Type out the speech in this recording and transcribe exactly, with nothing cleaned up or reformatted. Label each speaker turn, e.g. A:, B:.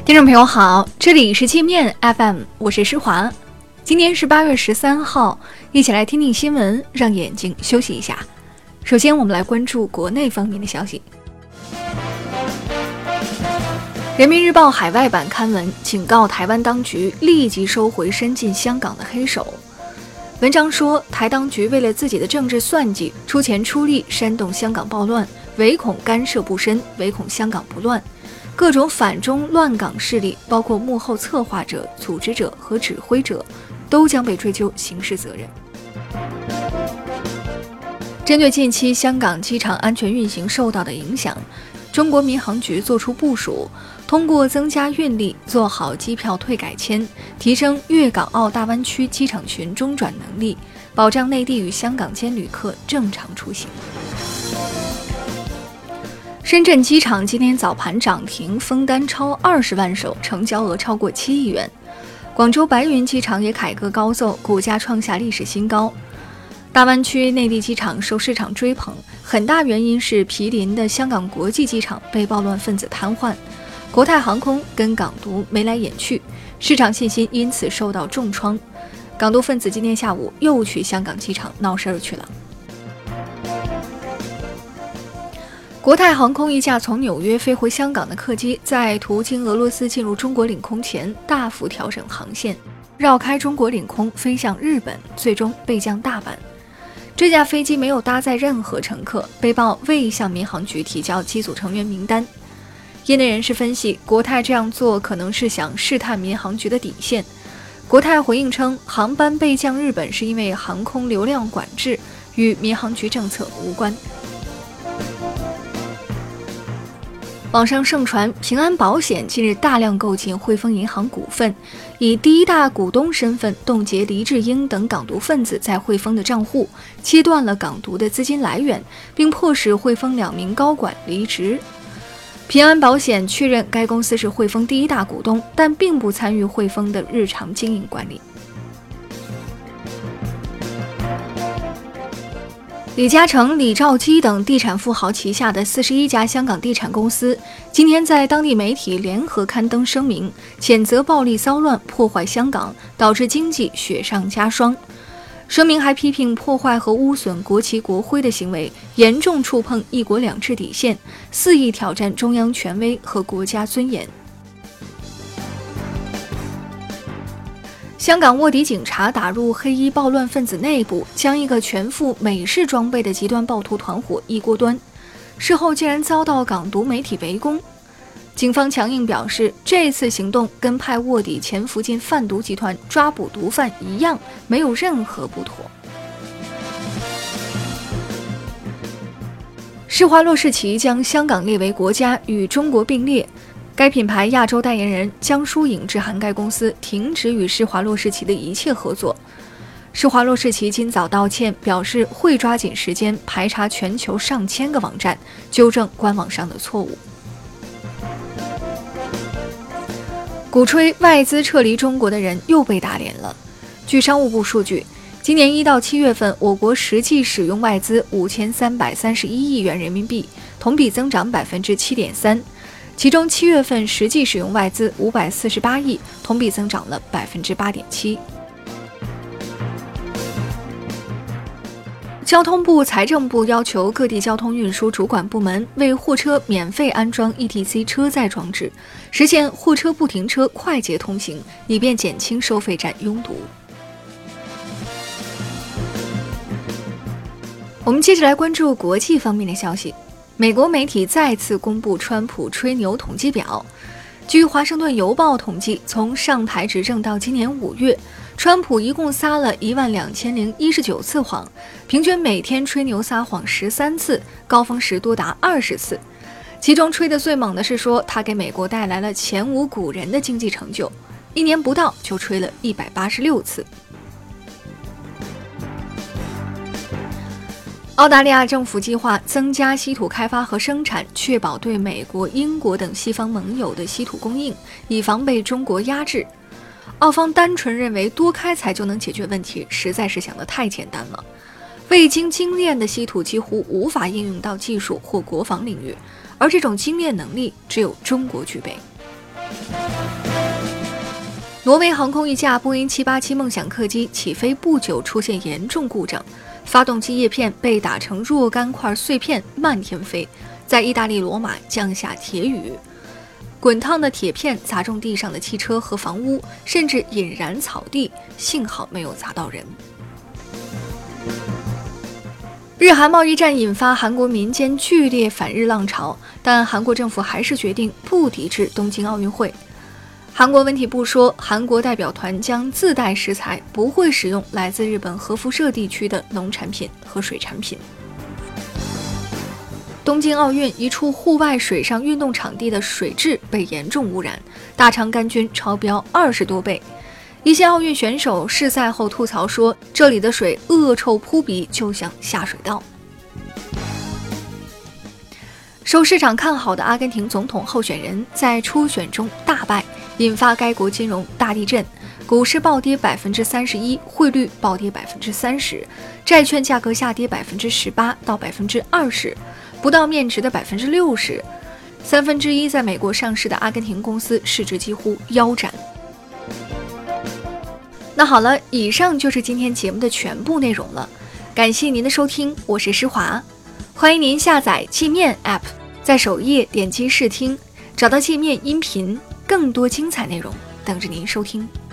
A: 听众朋友好，这里是界面 F M， 我是施华。今天是八月十三号，一起来听听新闻，让眼睛休息一下。首先我们来关注国内方面的消息。人民日报海外版刊文警告台湾当局立即收回伸进香港的黑手。文章说，台当局为了自己的政治算计，出钱出力煽动香港暴乱，唯恐干涉不深，唯恐香港不乱。各种反中乱港势力，包括幕后策划者、组织者和指挥者，都将被追究刑事责任。针对近期香港机场安全运行受到的影响，中国民航局作出部署，通过增加运力，做好机票退改签，提升粤港澳大湾区机场群中转能力，保障内地与香港间旅客正常出行。深圳机场今天早盘涨停，封单超二十万手，成交额超过七亿元。广州白云机场也凯歌高奏，股价创下历史新高。大湾区内地机场受市场追捧，很大原因是毗邻的香港国际机场被暴乱分子瘫痪，国泰航空跟港独眉来眼去，市场信心因此受到重创。港独分子今天下午又去香港机场闹事儿去了。国泰航空一架从纽约飞回香港的客机，在途经俄罗斯进入中国领空前大幅调整航线，绕开中国领空飞向日本，最终被降大阪。这架飞机没有搭载任何乘客，被曝未向民航局提交机组成员名单。业内人士分析，国泰这样做可能是想试探民航局的底线。国泰回应称，航班被降日本是因为航空流量管制，与民航局政策无关。网上盛传平安保险近日大量购进汇丰银行股份，以第一大股东身份冻结黎智英等港独分子在汇丰的账户，切断了港独的资金来源，并迫使汇丰两名高管离职。平安保险确认该公司是汇丰第一大股东，但并不参与汇丰的日常经营管理。李嘉诚、李兆基等地产富豪旗下的四十一家香港地产公司，今天在当地媒体联合刊登声明，谴责暴力骚乱破坏香港，导致经济雪上加霜。声明还批评破坏和污损国旗国徽的行为，严重触碰一国两制底线，肆意挑战中央权威和国家尊严。香港卧底警察打入黑衣暴乱分子内部，将一个全副美式装备的极端暴徒团伙一锅端，事后竟然遭到港独媒体围攻。警方强硬表示，这次行动跟派卧底潜伏进贩毒集团抓捕毒贩一样，没有任何不妥。施华洛世奇将香港列为国家，与中国并列。该品牌亚洲代言人江疏影致函该公司停止与施华洛世奇的一切合作。施华洛世奇今早道歉，表示会抓紧时间排查全球上千个网站，纠正官网上的错误。鼓吹外资撤离中国的人又被打脸了。据商务部数据，今年一到七月份，我国实际使用外资五千三百三十一亿元人民币，同比增长百分之七点三。其中七月份实际使用外资五百四十八亿，同比增长了百分之八点七。交通部、财政部要求各地交通运输主管部门为货车免费安装 E T C 车载装置，实现货车不停车、快捷通行，以便减轻收费站拥堵。我们接着来关注国际方面的消息。美国媒体再次公布川普吹牛统计表。据华盛顿邮报统计，从上台执政到今年五月，川普一共撒了一万两千零一十九次谎，平均每天吹牛撒谎十三次，高峰时多达二十次。其中吹得最猛的是说，他给美国带来了前无古人的经济成就，一年不到就吹了一百八十六次。澳大利亚政府计划增加稀土开发和生产，确保对美国、英国等西方盟友的稀土供应，以防被中国压制。澳方单纯认为多开采就能解决问题，实在是想得太简单了。未经精炼的稀土几乎无法应用到技术或国防领域，而这种精炼能力只有中国具备。 挪威航空一架波音七八七梦想客机起飞不久出现严重故障，发动机叶片被打成若干块碎片，漫天飞，在意大利罗马降下铁雨。滚烫的铁片砸中地上的汽车和房屋，甚至引燃草地，幸好没有砸到人。日韩贸易战引发韩国民间剧烈反日浪潮，但韩国政府还是决定不抵制东京奥运会。韩国文体部说，韩国代表团将自带食材，不会使用来自日本核辐射地区的农产品和水产品。东京奥运一处户外水上运动场地的水质被严重污染，大肠杆菌超标二十多倍。一些奥运选手试赛后吐槽说，这里的水恶臭扑鼻，就像下水道。受市场看好的阿根廷总统候选人在初选中大败，引发该国金融大地震，股市暴跌百分之三十一，汇率暴跌百分之三十，债券价格下跌百分之十八到百分之二十，不到面值的百分之六十，三分之一在美国上市的阿根廷公司市值几乎腰斩。那好了，以上就是今天节目的全部内容了，感谢您的收听，我是施华。欢迎您下载界面 App， 在首页点击试听，找到界面音频，更多精彩内容等着您收听。